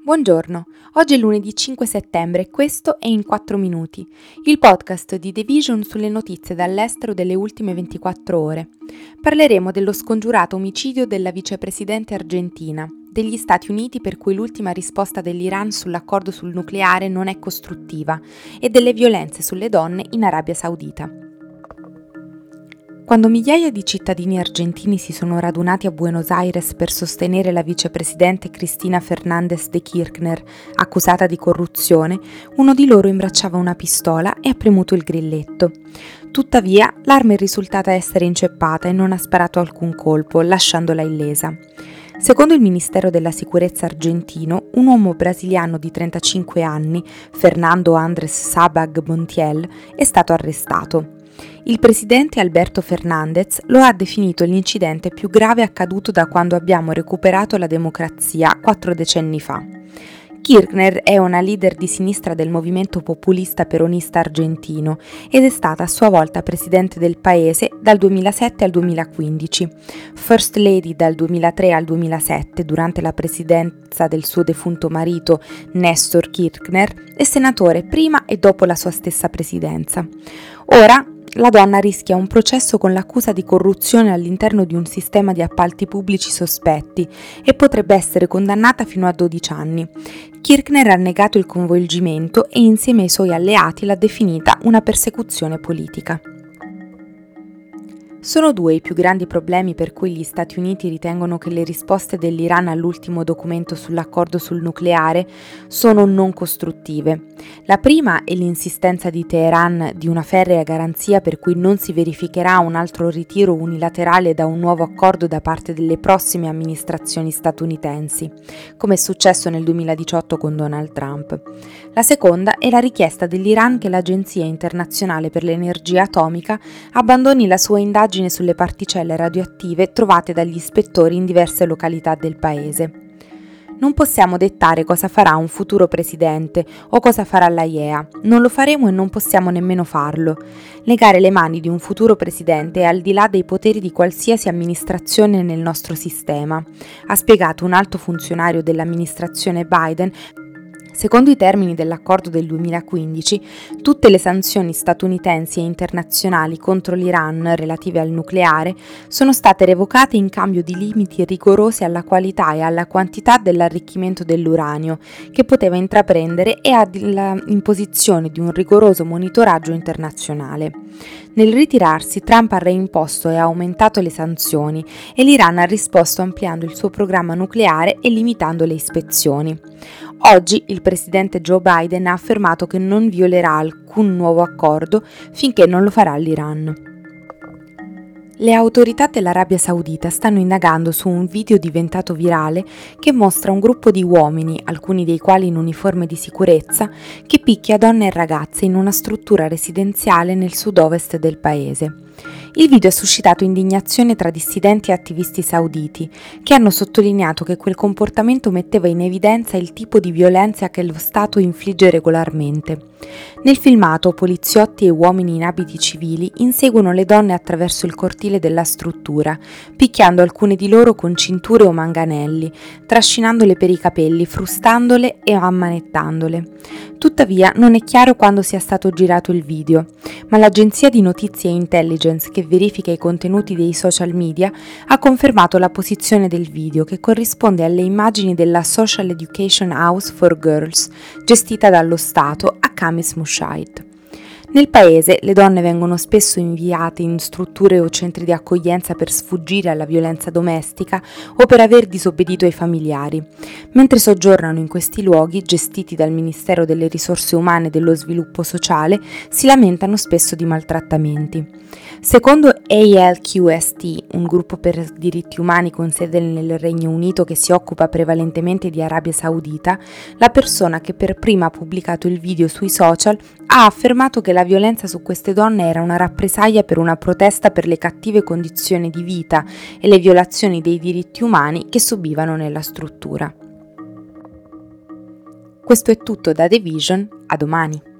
Buongiorno, oggi è lunedì 5 settembre e questo è In 4 Minuti, il podcast di The Vision sulle notizie dall'estero delle ultime 24 ore. Parleremo dello scongiurato omicidio della vicepresidente argentina, degli Stati Uniti per cui l'ultima risposta dell'Iran sull'accordo sul nucleare non è costruttiva e delle violenze sulle donne in Arabia Saudita. Quando migliaia di cittadini argentini si sono radunati a Buenos Aires per sostenere la vicepresidente Cristina Fernández de Kirchner, accusata di corruzione, uno di loro imbracciava una pistola e ha premuto il grilletto. Tuttavia, l'arma è risultata essere inceppata e non ha sparato alcun colpo, lasciandola illesa. Secondo il Ministero della Sicurezza argentino, un uomo brasiliano di 35 anni, Fernando Andrés Sabag Montiel, è stato arrestato. Il presidente Alberto Fernández lo ha definito l'incidente più grave accaduto da quando abbiamo recuperato la democrazia 4 decenni fa. Kirchner è una leader di sinistra del movimento populista peronista argentino ed è stata a sua volta presidente del paese dal 2007 al 2015, First Lady dal 2003 al 2007 durante la presidenza del suo defunto marito Néstor Kirchner e senatore prima e dopo la sua stessa presidenza. Ora la donna rischia un processo con l'accusa di corruzione all'interno di un sistema di appalti pubblici sospetti e potrebbe essere condannata fino a 12 anni. Kirchner ha negato il coinvolgimento e insieme ai suoi alleati l'ha definita una persecuzione politica. Sono due i più grandi problemi per cui gli Stati Uniti ritengono che le risposte dell'Iran all'ultimo documento sull'accordo sul nucleare sono non costruttive. La prima è l'insistenza di Teheran di una ferrea garanzia per cui non si verificherà un altro ritiro unilaterale da un nuovo accordo da parte delle prossime amministrazioni statunitensi, come è successo nel 2018 con Donald Trump. La seconda è la richiesta dell'Iran che l'Agenzia internazionale per l'energia atomica abbandoni la sua indagine sulle particelle radioattive trovate dagli ispettori in diverse località del paese. Non possiamo dettare cosa farà un futuro presidente o cosa farà l'AIEA, non lo faremo e non possiamo nemmeno farlo. Legare le mani di un futuro presidente è al di là dei poteri di qualsiasi amministrazione nel nostro sistema, ha spiegato un alto funzionario dell'amministrazione Biden. Secondo i termini dell'accordo del 2015, tutte le sanzioni statunitensi e internazionali contro l'Iran relative al nucleare sono state revocate in cambio di limiti rigorosi alla qualità e alla quantità dell'arricchimento dell'uranio che poteva intraprendere e alla imposizione di un rigoroso monitoraggio internazionale. Nel ritirarsi, Trump ha reimposto e aumentato le sanzioni e l'Iran ha risposto ampliando il suo programma nucleare e limitando le ispezioni. Oggi il presidente Joe Biden ha affermato che non violerà alcun nuovo accordo finché non lo farà l'Iran. Le autorità dell'Arabia Saudita stanno indagando su un video diventato virale che mostra un gruppo di uomini, alcuni dei quali in uniforme di sicurezza, che picchia donne e ragazze in una struttura residenziale nel sud-ovest del paese. Il video ha suscitato indignazione tra dissidenti e attivisti sauditi, che hanno sottolineato che quel comportamento metteva in evidenza il tipo di violenza che lo Stato infligge regolarmente. Nel filmato, poliziotti e uomini in abiti civili inseguono le donne attraverso il cortile della struttura, picchiando alcune di loro con cinture o manganelli, trascinandole per i capelli, frustandole e ammanettandole. Tuttavia, non è chiaro quando sia stato girato il video, ma l'agenzia di notizie Intelligence che verifica i contenuti dei social media ha confermato la posizione del video che corrisponde alle immagini della Social Education House for Girls, gestita dallo Stato a Khamis Moshait. Nel paese le donne vengono spesso inviate in strutture o centri di accoglienza per sfuggire alla violenza domestica o per aver disobbedito ai familiari. Mentre soggiornano in questi luoghi, gestiti dal Ministero delle Risorse Umane e dello Sviluppo Sociale, si lamentano spesso di maltrattamenti. Secondo ALQST, un gruppo per diritti umani con sede nel Regno Unito che si occupa prevalentemente di Arabia Saudita, la persona che per prima ha pubblicato il video sui social ha affermato che la violenza su queste donne era una rappresaglia per una protesta per le cattive condizioni di vita e le violazioni dei diritti umani che subivano nella struttura. Questo è tutto da The Vision, a domani.